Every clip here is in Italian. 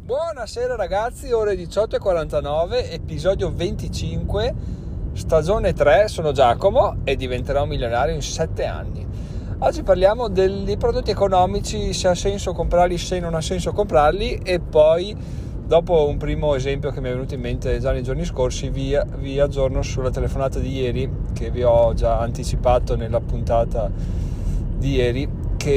Buonasera ragazzi, ore 18:49, episodio 25, stagione 3, sono Giacomo e diventerò un milionario in 7 anni. Oggi parliamo dei prodotti economici, se ha senso comprarli, se non ha senso comprarli, e poi dopo un primo esempio che mi è venuto in mente già nei giorni scorsi vi aggiorno sulla telefonata di ieri, che vi ho già anticipato nella puntata di ieri,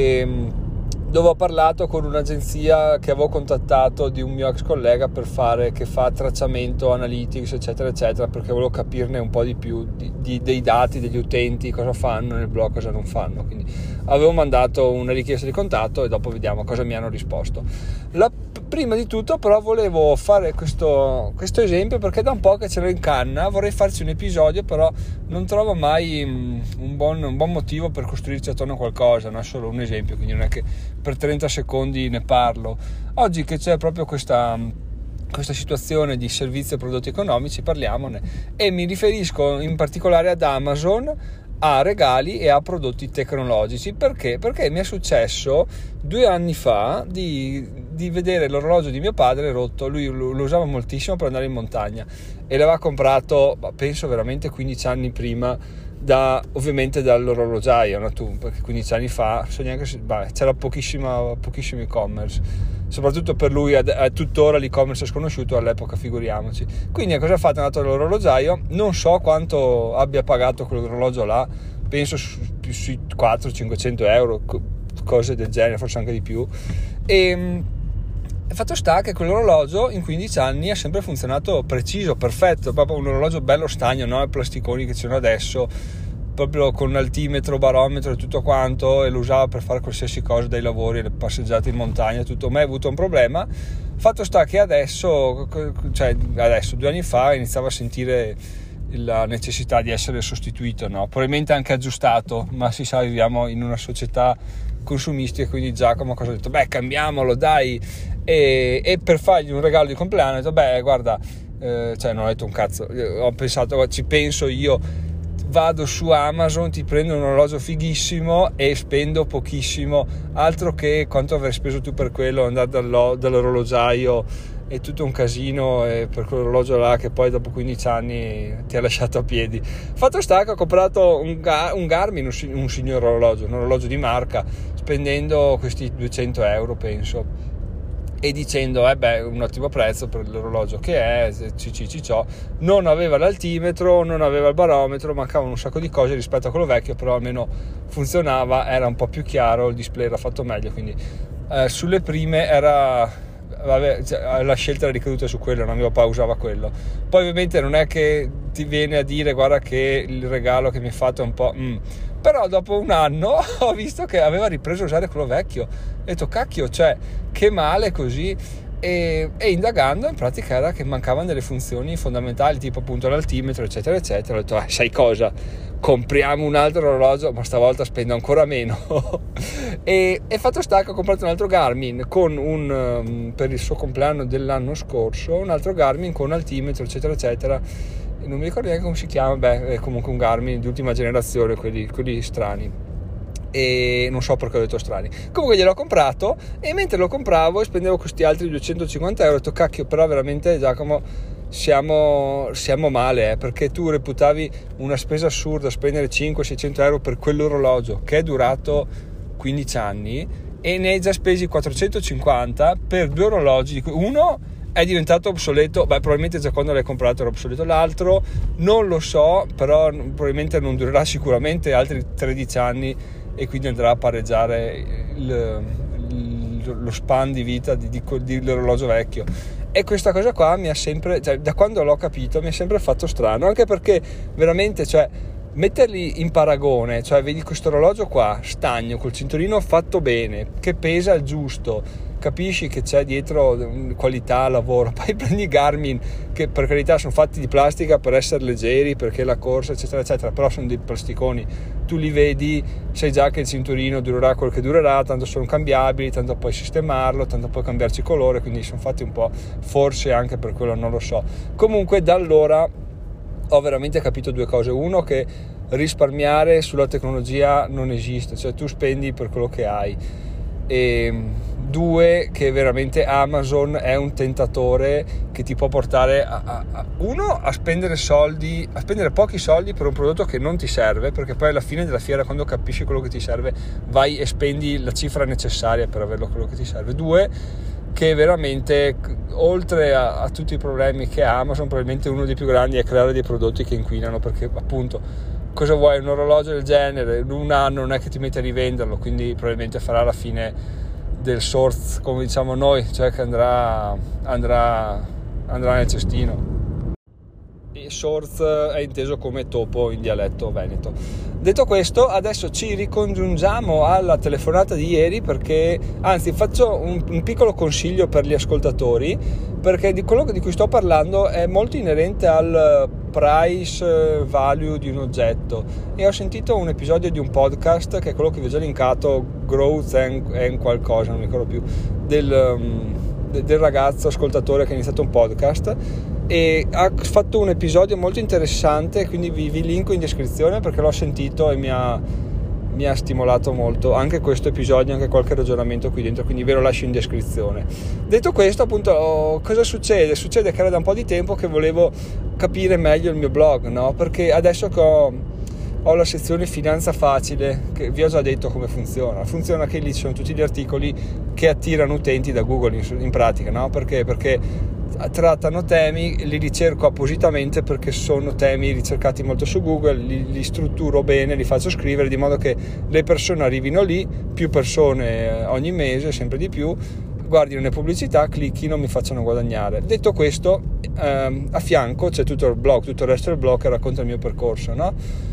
dove ho parlato con un'agenzia che avevo contattato di un mio ex collega che fa tracciamento, analytics, eccetera eccetera, perché volevo capirne un po' di più dei dati degli utenti, cosa fanno nel blog, cosa non fanno. Quindi avevo mandato una richiesta di contatto e dopo vediamo cosa mi hanno risposto. Prima di tutto però volevo fare questo esempio perché da un po' che ce l'ho in canna, vorrei farci un episodio, però non trovo mai un buon motivo per costruirci attorno a qualcosa, no? È solo un esempio, quindi non è che per 30 secondi ne parlo. Oggi che c'è proprio questa situazione di servizi e prodotti economici, parliamone, e mi riferisco in particolare ad Amazon, a regali e a prodotti tecnologici. Perché mi è successo 2 anni fa di vedere l'orologio di mio padre rotto. Lui lo usava moltissimo per andare in montagna e l'aveva comprato, penso veramente 15 anni prima, ovviamente dall'orologiaio, no? Perché 15 anni fa c'era pochissimo e-commerce, soprattutto per lui. Tuttora l'e-commerce è sconosciuto, all'epoca figuriamoci. Quindi cosa ha fatto? È andato all'orologiaio, non so quanto abbia pagato quell'orologio là, penso sui 400-500 euro, cose del genere, forse anche di più. E fatto sta che quell'orologio in 15 anni ha sempre funzionato preciso, perfetto, proprio un orologio bello stagno, no? I plasticoni che ci sono adesso, proprio con altimetro, barometro e tutto quanto, e lo usava per fare qualsiasi cosa, dai lavori, le passeggiate in montagna, tutto. Mai avuto un problema. Fatto sta che adesso 2 anni fa, iniziava a sentire la necessità di essere sostituito, no? Probabilmente anche aggiustato, ma si sa, viviamo in una società consumistica, quindi Giacomo cosa ha detto? Cambiamolo, dai. E per fargli un regalo di compleanno ho detto, guarda, non ho detto un cazzo, ho pensato, ci penso io, vado su Amazon, ti prendo un orologio fighissimo e spendo pochissimo, altro che quanto avrei speso tu per quello, andare dall'orologiaio, è tutto un casino, per quell'orologio là che poi dopo 15 anni ti ha lasciato a piedi. Fatto sta che ho comprato un Garmin, un signor orologio, un orologio di marca, spendendo questi 200 euro penso, e dicendo un ottimo prezzo per l'orologio che è, non aveva l'altimetro, non aveva il barometro, mancavano un sacco di cose rispetto a quello vecchio, però almeno funzionava, era un po' più chiaro, il display era fatto meglio, quindi sulle prime la scelta era ricaduta su quello, non mio papà usava quello. Poi ovviamente non è che ti viene a dire guarda che il regalo che mi hai fatto è un po' però dopo un anno ho visto che aveva ripreso a usare quello vecchio, ho detto cacchio, che male così, e indagando in pratica era che mancavano delle funzioni fondamentali, tipo appunto l'altimetro, eccetera eccetera. Ho detto sai cosa, compriamo un altro orologio, ma stavolta spendo ancora meno. e fatto sta che ho comprato un altro Garmin con per il suo compleanno dell'anno scorso, un altro Garmin con altimetro, eccetera eccetera, non mi ricordo neanche come si chiama, è comunque un Garmin di ultima generazione, quelli strani, e non so perché ho detto strani. Comunque gliel'ho comprato, e mentre lo compravo e spendevo questi altri 250 euro ho detto cacchio, però veramente Giacomo siamo male, perché tu reputavi una spesa assurda spendere 500-600 euro per quell'orologio che è durato 15 anni e ne hai già spesi 450 per 2 orologi. Uno è diventato obsoleto, probabilmente già quando l'hai comprato era obsoleto, l'altro non lo so, però probabilmente non durerà sicuramente altri 13 anni e quindi andrà a pareggiare lo span di vita dell'orologio vecchio. E questa cosa qua mi ha sempre, da quando l'ho capito, mi ha sempre fatto strano, anche perché veramente, metterli in paragone, vedi questo orologio qua, stagno, col cinturino fatto bene, che pesa il giusto, capisci che c'è dietro qualità, lavoro. Poi prendi Garmin, che per carità sono fatti di plastica per essere leggeri, perché la corsa eccetera eccetera, però sono dei plasticoni, tu li vedi, sai già che il cinturino durerà quel che durerà, tanto sono cambiabili, tanto puoi sistemarlo, tanto puoi cambiarci colore, quindi sono fatti un po', forse anche per quello, non lo so. Comunque da allora ho veramente capito 2 cose. Uno, che risparmiare sulla tecnologia non esiste, tu spendi per quello che hai. e 2, che veramente Amazon è un tentatore che ti può portare a spendere soldi, a spendere pochi soldi per un prodotto che non ti serve, perché poi alla fine della fiera, quando capisci quello che ti serve, vai e spendi la cifra necessaria per averlo quello che ti serve. 2, che veramente, oltre a tutti i problemi che ha Amazon, probabilmente uno dei più grandi è creare dei prodotti che inquinano, perché appunto cosa vuoi, un orologio del genere in un anno non è che ti metti a rivenderlo, quindi probabilmente farà la fine del source, come diciamo noi, cioè che andrà nel cestino. E source è inteso come topo in dialetto veneto. Detto questo, adesso ci ricongiungiamo alla telefonata di ieri, perché anzi faccio un piccolo consiglio per gli ascoltatori, perché di quello di cui sto parlando è molto inerente al price value di un oggetto, e ho sentito un episodio di un podcast che è quello che vi ho già linkato, Growth and qualcosa, non mi ricordo più, del ragazzo ascoltatore che ha iniziato un podcast e ha fatto un episodio molto interessante, quindi vi linko in descrizione perché l'ho sentito e mi ha stimolato molto anche questo episodio, anche qualche ragionamento qui dentro, quindi ve lo lascio in descrizione. Detto questo, appunto, cosa succede? Succede che era da un po' di tempo che volevo capire meglio il mio blog, no? Perché adesso che ho la sezione Finanza Facile, che vi ho già detto come funziona che lì ci sono tutti gli articoli che attirano utenti da Google in pratica, no? Perché trattano temi, li ricerco appositamente perché sono temi ricercati molto su Google, li strutturo bene, li faccio scrivere di modo che le persone arrivino lì, più persone ogni mese, sempre di più, guardino le pubblicità, clicchino, mi facciano guadagnare. Detto questo, a fianco c'è tutto il blog, tutto il resto del blog che racconta il mio percorso, no?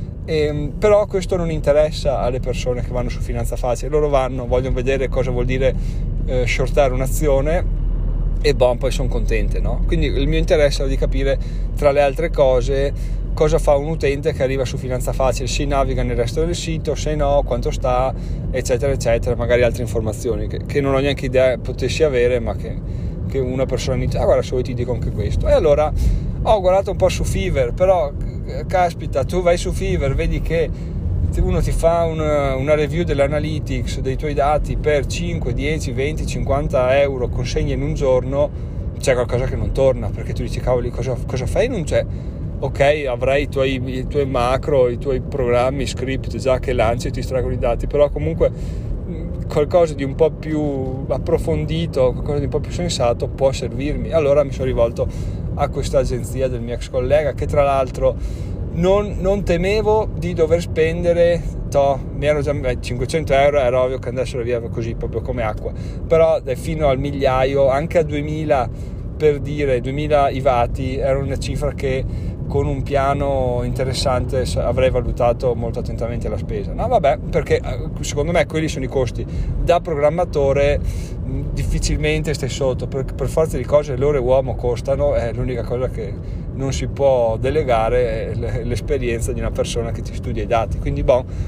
Però questo non interessa alle persone che vanno su Finanza Facile, loro vogliono vedere cosa vuol dire shortare un'azione e poi sono contente, no? Quindi il mio interesse è di capire, tra le altre cose, cosa fa un utente che arriva su Finanza Facile, se naviga nel resto del sito, se no, quanto sta, eccetera eccetera, magari altre informazioni che non ho neanche idea potessi avere, ma che una persona mi dice guarda, se vuoi ti dico anche questo. E allora ho guardato un po' su Fiverr, però caspita, tu vai su Fiverr, vedi che uno ti fa una review dell'analytics dei tuoi dati per 5, 10, 20, 50 euro consegna in un giorno, c'è qualcosa che non torna, perché tu dici cavoli, cosa fai? Non c'è. Ok, avrai i tuoi macro, i tuoi programmi, script già che lanci e ti estraggono i dati, però comunque qualcosa di un po' più approfondito, qualcosa di un po' più sensato può servirmi. Allora mi sono rivolto a questa agenzia del mio ex collega, che tra l'altro non temevo di dover spendere, mi ero già 500 euro, era ovvio che andassero via così proprio come acqua, però fino al migliaio, anche a 2000, per dire 2000 IVATI, era una cifra che con un piano interessante avrei valutato molto attentamente la spesa. No vabbè, perché secondo me quelli sono i costi. Da programmatore difficilmente stai sotto, per forza di cose l'ore uomo costano, è l'unica cosa che non si può delegare, è l'esperienza di una persona che ti studia i dati. Quindi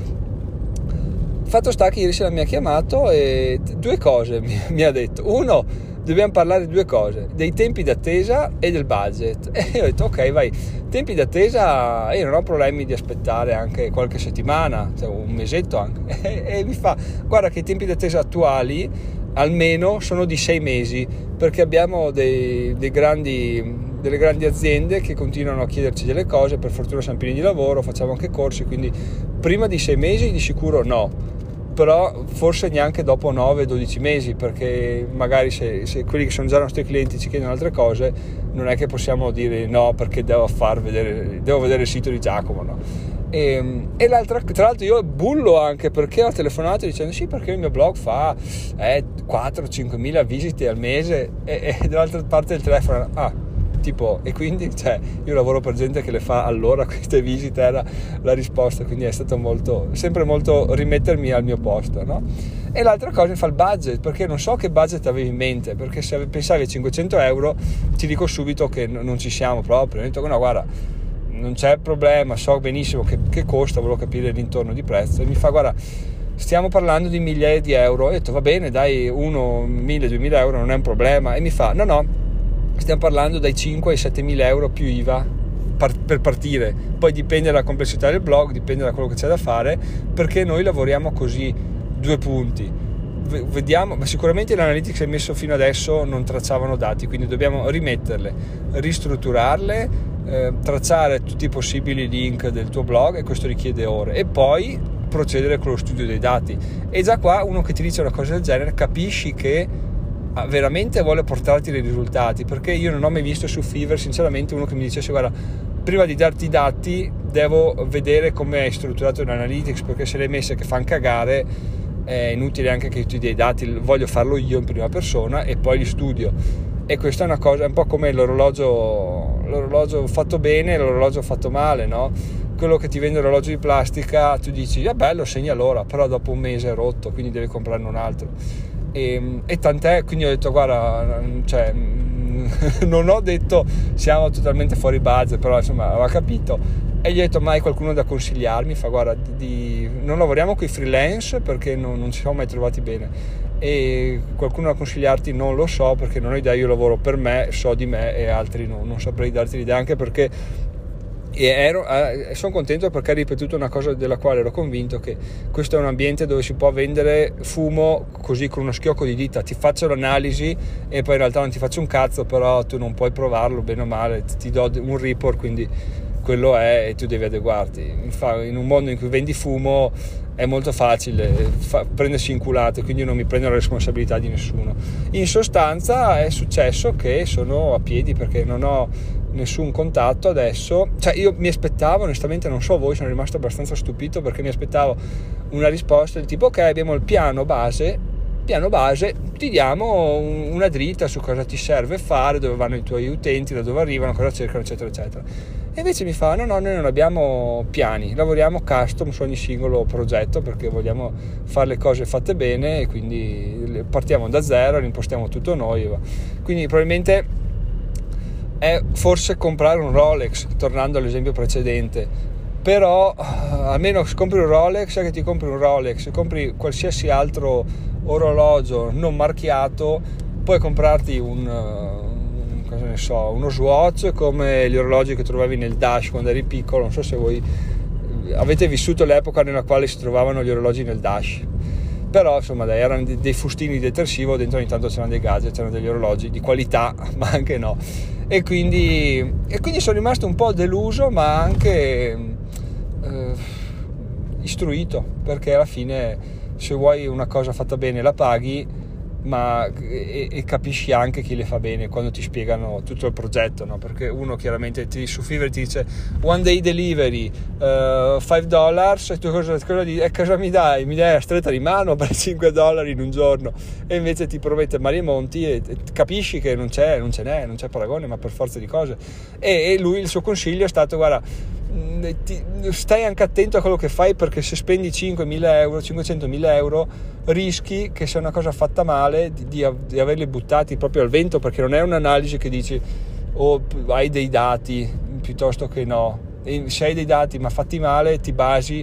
fatto sta che ieri sera mi ha chiamato e due cose mi ha detto. Uno, dobbiamo parlare di due cose, dei tempi d'attesa e del budget. E io ho detto ok, vai, tempi d'attesa, io non ho problemi di aspettare anche qualche settimana, cioè un mesetto anche. E mi fa, guarda che i tempi d'attesa attuali almeno sono di 6 mesi, perché abbiamo delle grandi aziende che continuano a chiederci delle cose, per fortuna siamo pieni di lavoro, facciamo anche corsi, quindi prima di 6 mesi di sicuro no, però forse neanche dopo 9-12 mesi, perché magari se quelli che sono già nostri clienti ci chiedono altre cose, non è che possiamo dire no perché devo vedere il sito di Giacomo, no? E l'altra, tra l'altro io bullo anche perché ho telefonato dicendo sì, perché il mio blog fa 4-5 mila visite al mese, e dall'altra parte del telefono tipo, e quindi io lavoro per gente che le fa allora queste visite, era la risposta, quindi è stato sempre molto rimettermi al mio posto, no? E l'altra cosa mi fa il budget, perché non so che budget avevi in mente, perché se pensavi a 500 euro ti dico subito che non ci siamo proprio. Ho detto no, guarda, non c'è problema, so benissimo che costa, volevo capire l'intorno di prezzo, e mi fa guarda, stiamo parlando di migliaia di euro. Ho detto va bene, dai, 1.000-2.000 euro non è un problema, e mi fa no, stiamo parlando dai 5 ai 7.000 euro più IVA per partire, poi dipende dalla complessità del blog, dipende da quello che c'è da fare, perché noi lavoriamo così, 2 punti, vediamo, ma sicuramente le analytics che hai messo fino adesso non tracciavano dati, quindi dobbiamo rimetterle, ristrutturarle, tracciare tutti i possibili link del tuo blog, e questo richiede ore, e poi procedere con lo studio dei dati. E già qua uno che ti dice una cosa del genere capisci che veramente vuole portarti dei risultati, perché io non ho mai visto su Fiverr sinceramente uno che mi dicesse: guarda, prima di darti i dati devo vedere come hai strutturato l'analytics, perché se le hai messe che fanno cagare è inutile anche che io ti dia i dati, voglio farlo io in prima persona e poi li studio. E questa è una cosa, è un po' come l'orologio fatto bene e l'orologio fatto male, no? Quello che ti vende l'orologio di plastica, tu dici è bello, segna l'ora, però dopo un mese è rotto, quindi devi comprarne un altro. E tant'è, quindi ho detto guarda, cioè, non ho detto siamo totalmente fuori budget, però insomma aveva capito, e gli ho detto: ma hai qualcuno da consigliarmi? Fa: guarda, non lavoriamo con i freelance perché non ci siamo mai trovati bene, e qualcuno da consigliarti non lo so, perché non ho idea, io lavoro per me, so di me, e altri non saprei darti l'idea, anche perché sono contento perché hai ripetuto una cosa della quale ero convinto, che questo è un ambiente dove si può vendere fumo così con uno schiocco di dita. Ti faccio l'analisi e poi in realtà non ti faccio un cazzo, però tu non puoi provarlo bene o male, ti do un report, quindi quello è, e tu devi adeguarti. In un mondo in cui vendi fumo è molto facile prendersi inculate, quindi io non mi prendo la responsabilità di nessuno. In sostanza è successo che sono a piedi perché non ho nessun contatto adesso, cioè io mi aspettavo, onestamente non so voi, sono rimasto abbastanza stupito perché mi aspettavo una risposta del tipo: ok, abbiamo il piano base, ti diamo una dritta su cosa ti serve fare, dove vanno i tuoi utenti, da dove arrivano, cosa cercano, eccetera eccetera. E invece mi fa: no, noi non abbiamo piani, lavoriamo custom su ogni singolo progetto perché vogliamo fare le cose fatte bene, e quindi partiamo da zero, impostiamo tutto noi. Quindi probabilmente è forse comprare un Rolex, tornando all'esempio precedente, però almeno se compri un Rolex, sai che ti compri un Rolex, se compri qualsiasi altro orologio non marchiato, puoi comprarti cosa ne so, uno Swatch, come gli orologi che trovavi nel Dash quando eri piccolo. Non so se voi avete vissuto l'epoca nella quale si trovavano gli orologi nel Dash, però insomma dai, erano dei fustini di detersivo, dentro ogni tanto c'erano dei gadget, c'erano degli orologi di qualità, ma anche no. E quindi sono rimasto un po' deluso, ma anche istruito, perché alla fine se vuoi una cosa fatta bene la paghi, e capisci anche chi le fa bene quando ti spiegano tutto il progetto, no? Perché uno chiaramente su Fiverr ti dice one day delivery, $5, e tu cosa mi dai? Mi dai la stretta di mano per $5 in un giorno, e invece ti promette mari e monti, e capisci che non c'è paragone, ma per forza di cose. E lui, il suo consiglio è stato: guarda, stai anche attento a quello che fai, perché se spendi 500.000 euro rischi che, se è una cosa fatta male, di averli buttati proprio al vento, perché non è un'analisi che dici hai dei dati piuttosto che no, e se hai dei dati ma fatti male ti basi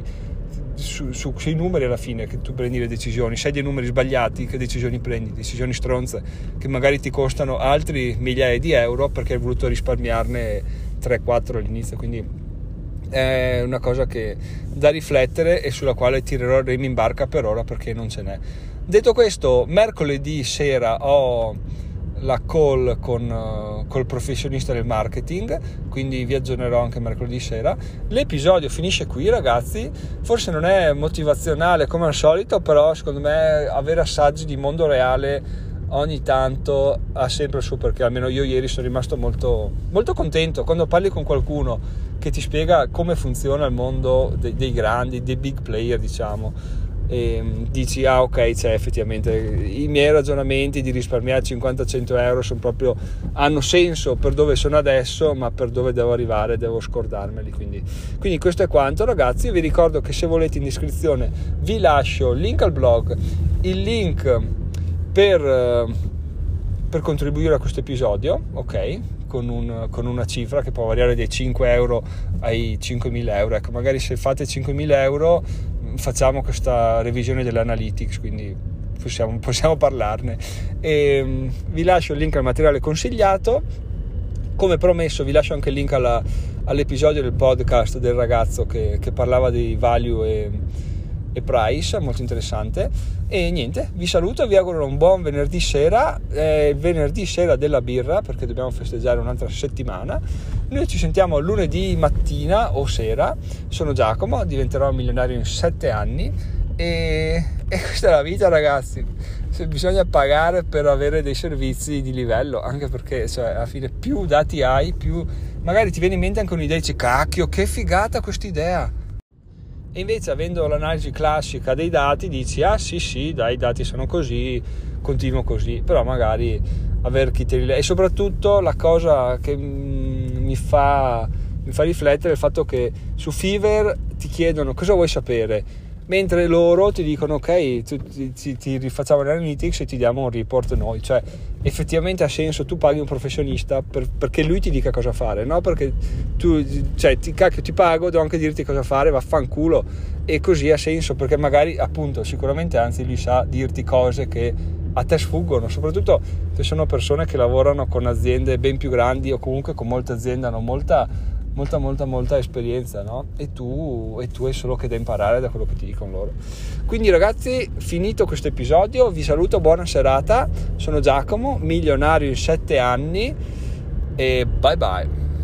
sui numeri alla fine che tu prendi le decisioni. Se hai dei numeri sbagliati, che decisioni prendi? Decisioni stronze che magari ti costano altri migliaia di euro perché hai voluto risparmiarne 3-4 all'inizio. Quindi è una cosa che da riflettere e sulla quale tirerò il remi in barca per ora, perché non ce n'è. Detto questo, mercoledì sera ho la call col professionista del marketing, quindi vi aggiornerò anche mercoledì sera. L'episodio finisce qui, ragazzi. Forse non è motivazionale come al solito, però secondo me avere assaggi di mondo reale ogni tanto ha sempre il suo perché. Almeno io ieri sono rimasto molto, molto contento quando parli con qualcuno che ti spiega come funziona il mondo dei grandi, dei big player, diciamo, e dici ok, c'è effettivamente i miei ragionamenti di risparmiare 50-100 euro hanno senso per dove sono adesso, ma per dove devo arrivare devo scordarmeli. Quindi questo è quanto, ragazzi. Vi ricordo che se volete, in descrizione vi lascio il link al blog, il link per contribuire a questo episodio, ok, con una cifra che può variare dai 5 euro ai 5.000 euro. Ecco, magari se fate 5.000 euro facciamo questa revisione dell'analytics, quindi possiamo parlarne. E vi lascio il link al materiale consigliato. Come promesso vi lascio anche il link all'episodio del podcast del ragazzo che parlava dei value e Price, molto interessante. E niente, vi saluto, vi auguro un buon venerdì sera, venerdì sera della birra, perché dobbiamo festeggiare un'altra settimana. Noi ci sentiamo lunedì mattina o sera. Sono Giacomo, diventerò milionario in 7 anni e questa è la vita, ragazzi. Se bisogna pagare per avere dei servizi di livello, anche perché alla fine più dati hai, più magari ti viene in mente anche un'idea e dici cacchio, che figata quest'idea. E invece, avendo l'analisi classica dei dati, dici sì dai, i dati sono così, continuo così. Però magari aver chi te li e soprattutto la cosa che mi fa riflettere è il fatto che su Fiverr ti chiedono cosa vuoi sapere, mentre loro ti dicono ok, ti rifacciamo l'analytics e ti diamo un report noi. Cioè effettivamente ha senso, tu paghi un professionista perché lui ti dica cosa fare, no? Perché tu, ti pago, devo anche dirti cosa fare, vaffanculo. E così ha senso, perché magari appunto sicuramente, anzi lui sa dirti cose che a te sfuggono, soprattutto se sono persone che lavorano con aziende ben più grandi o comunque con molte aziende, hanno molta esperienza, no? E tu hai solo che da imparare da quello che ti dicono loro. Quindi ragazzi, finito questo episodio, vi saluto, buona serata. Sono Giacomo, milionario in 7 anni e bye bye.